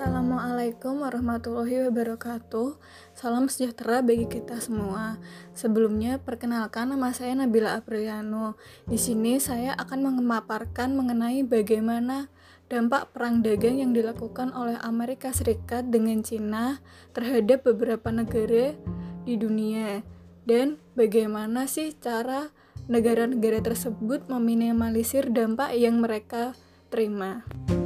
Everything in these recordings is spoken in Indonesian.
Assalamualaikum warahmatullahi wabarakatuh. Salam sejahtera bagi kita semua. Sebelumnya, perkenalkan nama saya Nabila Apriliano. Di sini saya akan memaparkan mengenai bagaimana dampak perang dagang yang dilakukan oleh Amerika Serikat dengan Cina terhadap beberapa negara di dunia, dan bagaimana sih cara negara-negara tersebut meminimalisir dampak yang mereka terima.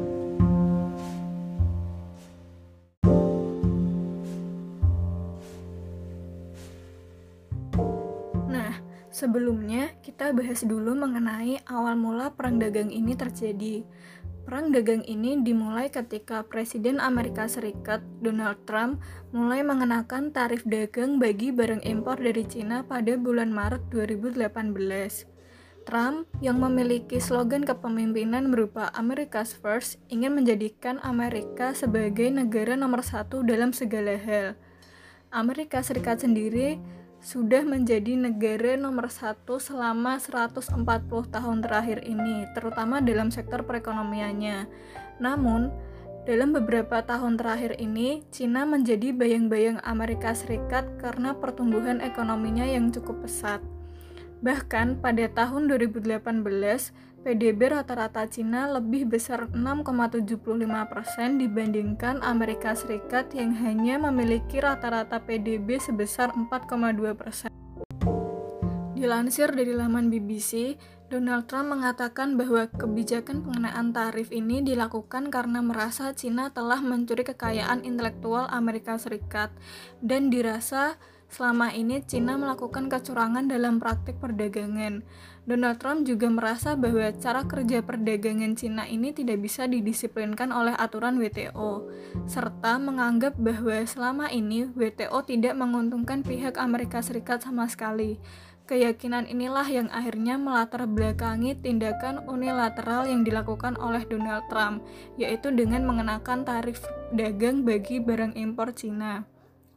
Sebelumnya, kita bahas dulu mengenai awal mula perang dagang ini terjadi. Perang dagang ini dimulai ketika Presiden Amerika Serikat, Donald Trump, mulai mengenakan tarif dagang bagi barang impor dari Cina pada bulan Maret 2018. Trump, yang memiliki slogan kepemimpinan berupa America's First, ingin menjadikan Amerika sebagai negara nomor satu dalam segala hal. Amerika Serikat sendiri sudah menjadi negara nomor satu selama 140 tahun terakhir ini, terutama dalam sektor perekonomiannya. Namun, dalam beberapa tahun terakhir ini, Cina menjadi bayang-bayang Amerika Serikat karena pertumbuhan ekonominya yang cukup pesat. Bahkan pada tahun 2018, PDB rata-rata Cina lebih besar 6,75% dibandingkan Amerika Serikat yang hanya memiliki rata-rata PDB sebesar 4,2%. Dilansir dari laman BBC, Donald Trump mengatakan bahwa kebijakan pengenaan tarif ini dilakukan karena merasa Cina telah mencuri kekayaan intelektual Amerika Serikat dan dirasa selama ini Cina melakukan kecurangan dalam praktik perdagangan. Donald Trump juga merasa bahwa cara kerja perdagangan Cina ini tidak bisa didisiplinkan oleh aturan WTO, serta menganggap bahwa selama ini WTO tidak menguntungkan pihak Amerika Serikat sama sekali. Keyakinan inilah yang akhirnya melatar belakangi tindakan unilateral yang dilakukan oleh Donald Trump, yaitu dengan mengenakan tarif dagang bagi barang impor Cina.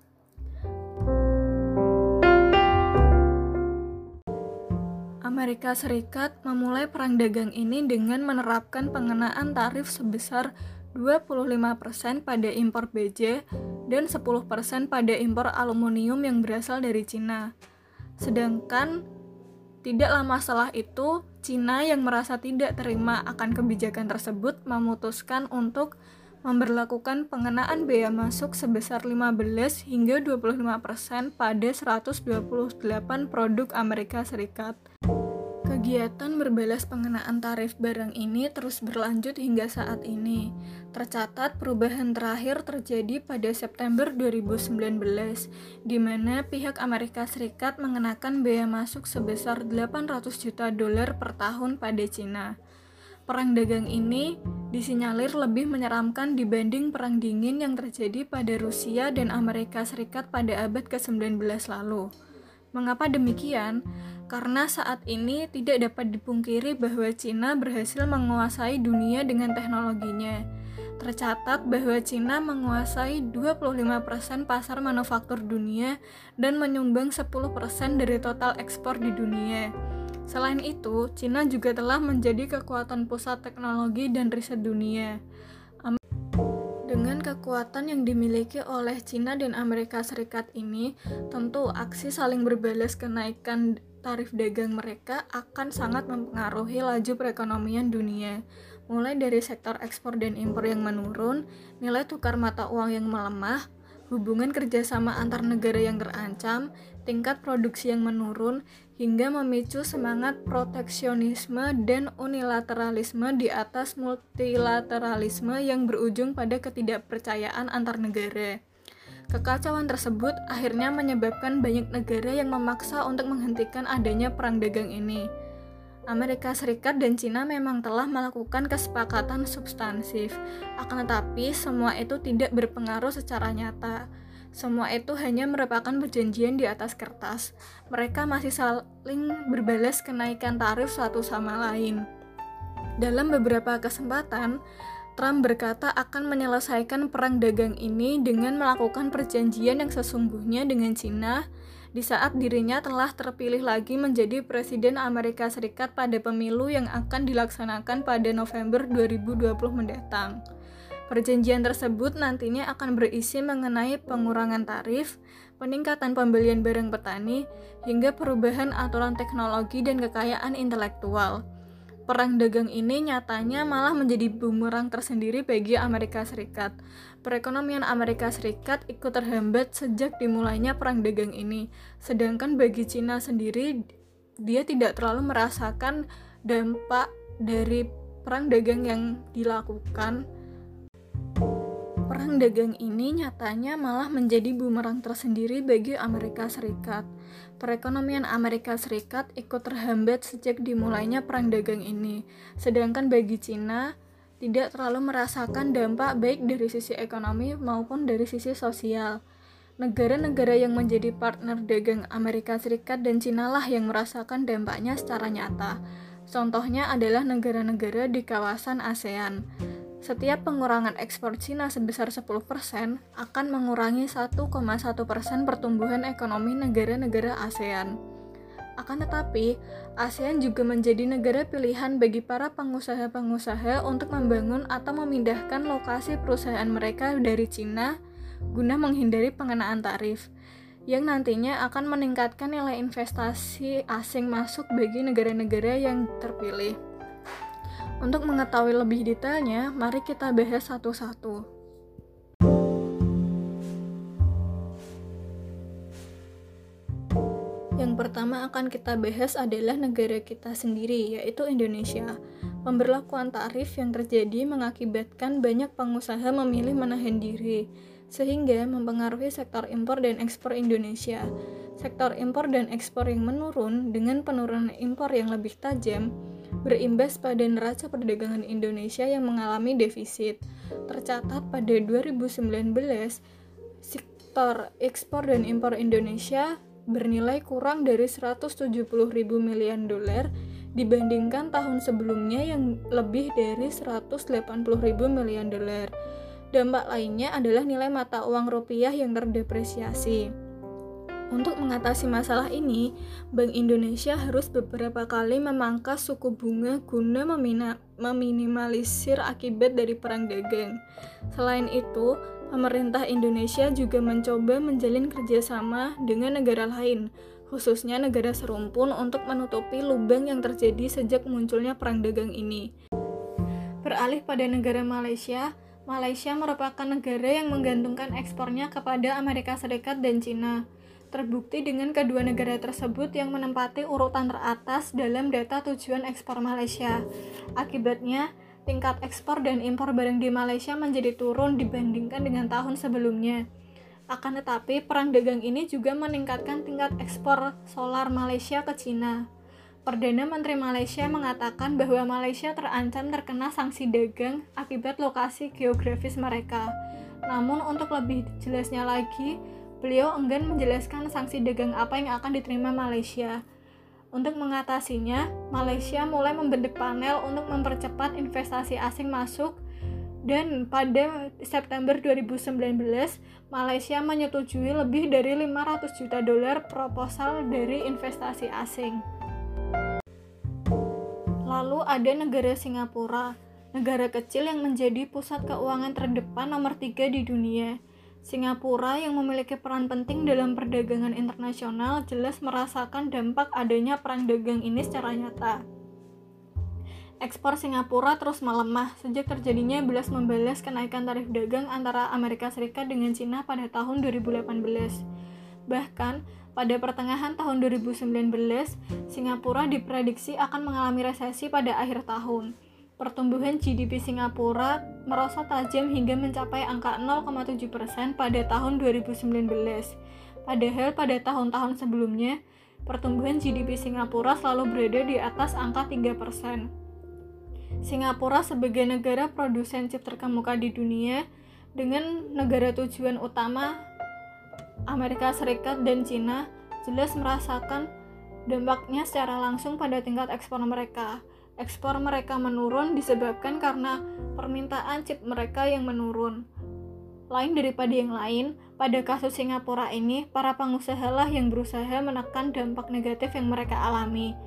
Amerika Serikat memulai perang dagang ini dengan menerapkan pengenaan tarif sebesar 25% pada impor baja dan 10% pada impor aluminium yang berasal dari Cina. Sedangkan tidak lama setelah itu, Cina yang merasa tidak terima akan kebijakan tersebut memutuskan untuk memberlakukan pengenaan bea masuk sebesar 15 hingga 25% pada 128 produk Amerika Serikat. Kegiatan berbalas pengenaan tarif barang ini terus berlanjut hingga saat ini. Tercatat perubahan terakhir terjadi pada September 2019, di mana pihak Amerika Serikat mengenakan bea masuk sebesar $800 juta per tahun pada Cina. Perang dagang ini disinyalir lebih menyeramkan dibanding perang dingin yang terjadi pada Rusia dan Amerika Serikat pada abad ke-19 lalu. Mengapa demikian? Karena saat ini tidak dapat dipungkiri bahwa Cina berhasil menguasai dunia dengan teknologinya. Tercatat bahwa Cina menguasai 25% pasar manufaktur dunia dan menyumbang 10% dari total ekspor di dunia. Selain itu, Cina juga telah menjadi kekuatan pusat teknologi dan riset dunia. Dengan kekuatan yang dimiliki oleh Cina dan Amerika Serikat ini, tentu aksi saling berbalas kenaikan tarif dagang mereka akan sangat mempengaruhi laju perekonomian dunia, mulai dari sektor ekspor dan impor yang menurun, nilai tukar mata uang yang melemah, hubungan kerjasama antar negara yang terancam, tingkat produksi yang menurun, hingga memicu semangat proteksionisme dan unilateralisme di atas multilateralisme yang berujung pada ketidakpercayaan antar negara. Kekacauan tersebut akhirnya menyebabkan banyak negara yang memaksa untuk menghentikan adanya perang dagang ini. Amerika Serikat dan Cina memang telah melakukan kesepakatan substansif, akan tetapi semua itu tidak berpengaruh secara nyata. Semua itu hanya merupakan perjanjian di atas kertas. Mereka masih saling berbalas kenaikan tarif satu sama lain. Dalam beberapa kesempatan, Trump berkata akan menyelesaikan perang dagang ini dengan melakukan perjanjian yang sesungguhnya dengan Cina di saat dirinya telah terpilih lagi menjadi Presiden Amerika Serikat pada pemilu yang akan dilaksanakan pada November 2020 mendatang. Perjanjian tersebut nantinya akan berisi mengenai pengurangan tarif, peningkatan pembelian barang petani, hingga perubahan aturan teknologi dan kekayaan intelektual. Perang dagang ini nyatanya malah menjadi bumerang tersendiri bagi Amerika Serikat. Perekonomian Amerika Serikat ikut terhambat sejak dimulainya perang dagang ini, sedangkan bagi Cina sendiri, dia tidak terlalu merasakan dampak dari perang dagang yang dilakukan. Perang dagang ini nyatanya malah menjadi bumerang tersendiri bagi Amerika Serikat. Perekonomian Amerika Serikat ikut terhambat sejak dimulainya perang dagang ini, sedangkan bagi Cina tidak terlalu merasakan dampak baik dari sisi ekonomi maupun dari sisi sosial. Negara-negara yang menjadi partner dagang Amerika Serikat dan Cina lah yang merasakan dampaknya secara nyata. Contohnya adalah negara-negara di kawasan ASEAN. Setiap pengurangan ekspor Cina sebesar 10% akan mengurangi 1,1% pertumbuhan ekonomi negara-negara ASEAN. Akan tetapi, ASEAN juga menjadi negara pilihan bagi para pengusaha-pengusaha untuk membangun atau memindahkan lokasi perusahaan mereka dari Cina guna menghindari pengenaan tarif, yang nantinya akan meningkatkan nilai investasi asing masuk bagi negara-negara yang terpilih. Untuk mengetahui lebih detailnya, mari kita bahas satu-satu. Yang pertama akan kita bahas adalah negara kita sendiri, yaitu Indonesia. Pemberlakuan tarif yang terjadi mengakibatkan banyak pengusaha memilih menahan diri, sehingga mempengaruhi sektor impor dan ekspor Indonesia. Sektor impor dan ekspor yang menurun dengan penurunan impor yang lebih tajam berimbas pada neraca perdagangan Indonesia yang mengalami defisit. Tercatat pada 2019, sektor ekspor dan impor Indonesia bernilai kurang dari 170.000 miliar dolar dibandingkan tahun sebelumnya yang lebih dari 180.000 miliar dolar. Dampak lainnya adalah nilai mata uang rupiah yang terdepresiasi. Untuk mengatasi masalah ini, Bank Indonesia harus beberapa kali memangkas suku bunga guna meminimalisir akibat dari perang dagang. Selain itu, pemerintah Indonesia juga mencoba menjalin kerjasama dengan negara lain, khususnya negara serumpun untuk menutupi lubang yang terjadi sejak munculnya perang dagang ini. Beralih pada negara Malaysia, Malaysia merupakan negara yang menggantungkan ekspornya kepada Amerika Serikat dan Cina. Terbukti dengan kedua negara tersebut yang menempati urutan teratas dalam data tujuan ekspor Malaysia. Akibatnya, tingkat ekspor dan impor barang di Malaysia menjadi turun dibandingkan dengan tahun sebelumnya. Akan tetapi, perang dagang ini juga meningkatkan tingkat ekspor solar Malaysia ke Cina. Perdana Menteri Malaysia mengatakan bahwa Malaysia terancam terkena sanksi dagang akibat lokasi geografis mereka. Namun untuk lebih jelasnya lagi, beliau enggan menjelaskan sanksi dagang apa yang akan diterima Malaysia. Untuk mengatasinya, Malaysia mulai membentuk panel untuk mempercepat investasi asing masuk, dan pada September 2019, Malaysia menyetujui lebih dari 500 juta dolar proposal dari investasi asing. Lalu ada negara Singapura, negara kecil yang menjadi pusat keuangan terdepan nomor 3 di dunia. Singapura yang memiliki peran penting dalam perdagangan internasional jelas merasakan dampak adanya perang dagang ini secara nyata. Ekspor Singapura terus melemah sejak terjadinya belas membalas kenaikan tarif dagang antara Amerika Serikat dengan Cina pada tahun 2018. Bahkan, pada pertengahan tahun 2019, Singapura diprediksi akan mengalami resesi pada akhir tahun. Pertumbuhan GDP Singapura merosot tajam hingga mencapai angka 0,7% pada tahun 2019. Padahal pada tahun-tahun sebelumnya, pertumbuhan GDP Singapura selalu berada di atas angka 3%. Singapura sebagai negara produsen chip terkemuka di dunia, dengan negara tujuan utama Amerika Serikat dan Cina, jelas merasakan dampaknya secara langsung pada tingkat ekspor mereka. Ekspor mereka menurun disebabkan karena permintaan chip mereka yang menurun. Lain daripada yang lain, pada kasus Singapura ini, para pengusaha lah yang berusaha menekan dampak negatif yang mereka alami.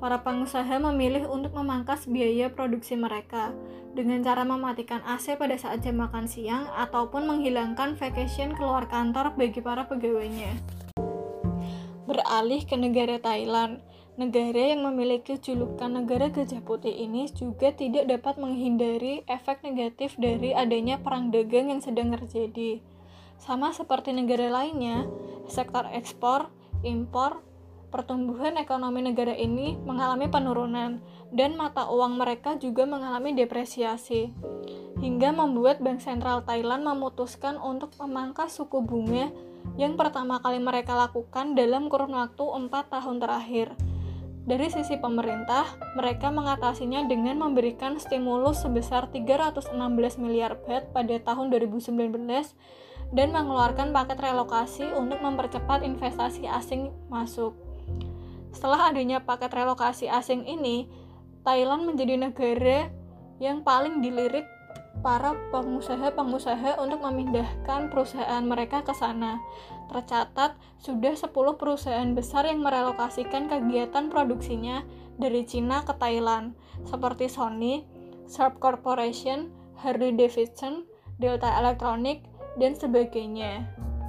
para pengusaha memilih untuk memangkas biaya produksi mereka dengan cara mematikan AC pada saat jam makan siang ataupun menghilangkan vacation keluar kantor bagi para pegawainya. Beralih ke negara Thailand, negara yang memiliki julukan negara gajah putih ini juga tidak dapat menghindari efek negatif dari adanya perang dagang yang sedang terjadi. Sama seperti negara lainnya, sektor ekspor, impor, pertumbuhan ekonomi negara ini mengalami penurunan dan mata uang mereka juga mengalami depresiasi, hingga membuat Bank Sentral Thailand memutuskan untuk memangkas suku bunga yang pertama kali mereka lakukan dalam kurun waktu 4 tahun terakhir. Dari sisi pemerintah, mereka mengatasinya dengan memberikan stimulus sebesar 316 miliar baht pada tahun 2019 dan mengeluarkan paket relokasi untuk mempercepat investasi asing masuk. Setelah adanya paket relokasi asing ini, Thailand menjadi negara yang paling dilirik para pengusaha-pengusaha untuk memindahkan perusahaan mereka ke sana. Tercatat, sudah 10 perusahaan besar yang merelokasikan kegiatan produksinya dari Cina ke Thailand, seperti Sony, Sharp Corporation, Harley Davidson, Delta Electronics, dan sebagainya.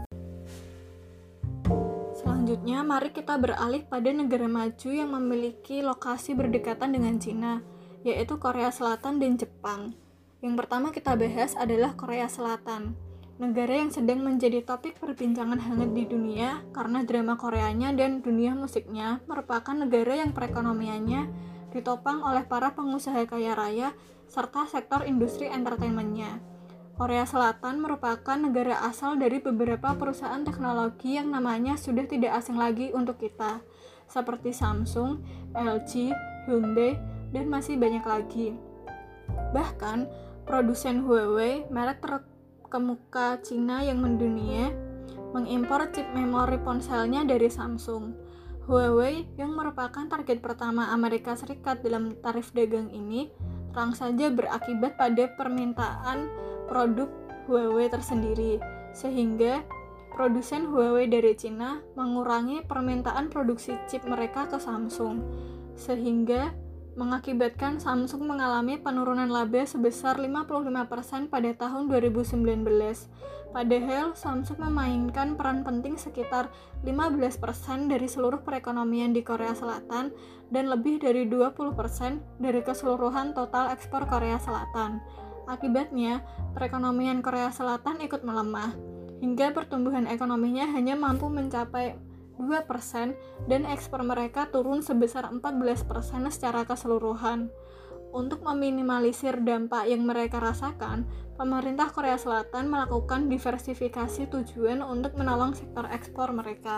Selanjutnya, mari kita beralih pada negara maju yang memiliki lokasi berdekatan dengan Cina, yaitu Korea Selatan dan Jepang. Yang pertama kita bahas adalah Korea Selatan, negara yang sedang menjadi topik perbincangan hangat di dunia karena drama Koreanya dan dunia musiknya merupakan negara yang perekonomiannya ditopang oleh para pengusaha kaya raya serta sektor industri entertainment-nya. Korea Selatan merupakan negara asal dari beberapa perusahaan teknologi yang namanya sudah tidak asing lagi untuk kita, seperti Samsung, LG, Hyundai, dan masih banyak lagi. Bahkan, produsen Huawei, merek terkemuka Cina yang mendunia, mengimpor chip memori ponselnya dari Samsung. Huawei yang merupakan target pertama Amerika Serikat dalam tarif dagang ini, terang saja berakibat pada permintaan produk Huawei tersendiri, sehingga produsen Huawei dari Cina mengurangi permintaan produksi chip mereka ke Samsung, sehingga mengakibatkan Samsung mengalami penurunan laba sebesar 55% pada tahun 2019. Padahal Samsung memainkan peran penting sekitar 15% dari seluruh perekonomian di Korea Selatan dan lebih dari 20% dari keseluruhan total ekspor Korea Selatan. Akibatnya, perekonomian Korea Selatan ikut melemah, hingga pertumbuhan ekonominya hanya mampu mencapai 2% dan ekspor mereka turun sebesar 14% secara keseluruhan. Untuk meminimalisir dampak yang mereka rasakan, pemerintah Korea Selatan melakukan diversifikasi tujuan untuk menolong sektor ekspor mereka.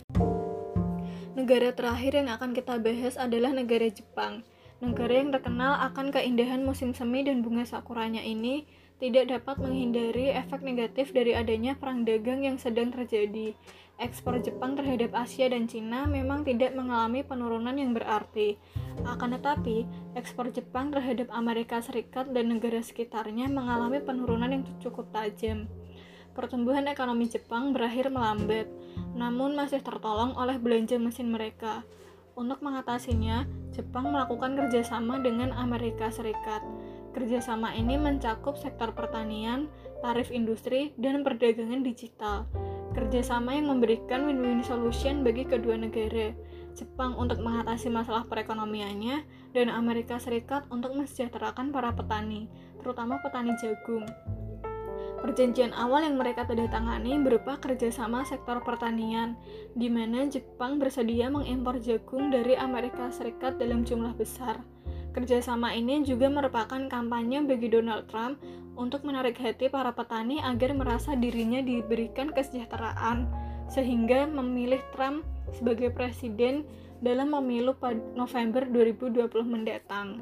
Negara terakhir yang akan kita bahas adalah negara Jepang. Negara yang terkenal akan keindahan musim semi dan bunga sakuranya ini tidak dapat menghindari efek negatif dari adanya perang dagang yang sedang terjadi. Ekspor Jepang terhadap Asia dan Cina memang tidak mengalami penurunan yang berarti. Akan tetapi, ekspor Jepang terhadap Amerika Serikat dan negara sekitarnya mengalami penurunan yang cukup tajam. Pertumbuhan ekonomi Jepang berakhir melambat, namun masih tertolong oleh belanja mesin mereka. Untuk mengatasinya, Jepang melakukan kerjasama dengan Amerika Serikat. Kerjasama ini mencakup sektor pertanian, tarif industri, dan perdagangan digital. Kerjasama yang memberikan win-win solution bagi kedua negara, Jepang untuk mengatasi masalah perekonomiannya, dan Amerika Serikat untuk mensejahterakan para petani, terutama petani jagung. Perjanjian awal yang mereka tandatangani berupa kerjasama sektor pertanian, di mana Jepang bersedia mengimpor jagung dari Amerika Serikat dalam jumlah besar. Kerjasama ini juga merupakan kampanye bagi Donald Trump untuk menarik hati para petani agar merasa dirinya diberikan kesejahteraan, sehingga memilih Trump sebagai presiden dalam pemilu November 2020 mendatang.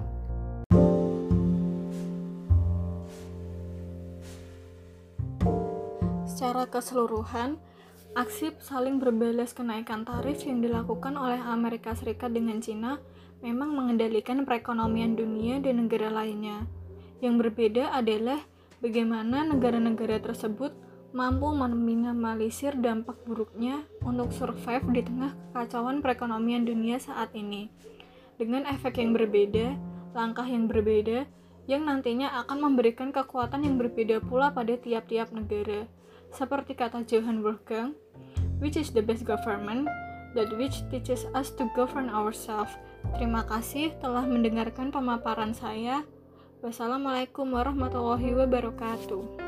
Secara keseluruhan, aksi saling berbalas kenaikan tarif yang dilakukan oleh Amerika Serikat dengan Cina memang mengendalikan perekonomian dunia dan negara lainnya. Yang berbeda adalah bagaimana negara-negara tersebut mampu meminimalisir dampak buruknya untuk survive di tengah kekacauan perekonomian dunia saat ini. dengan efek yang berbeda, langkah yang berbeda, yang nantinya akan memberikan kekuatan yang berbeda pula pada tiap-tiap negara. Seperti kata Johann Wolfgang, which is the best government? That which teaches us to govern ourselves. Terima kasih telah mendengarkan pemaparan saya. Wassalamualaikum warahmatullahi wabarakatuh.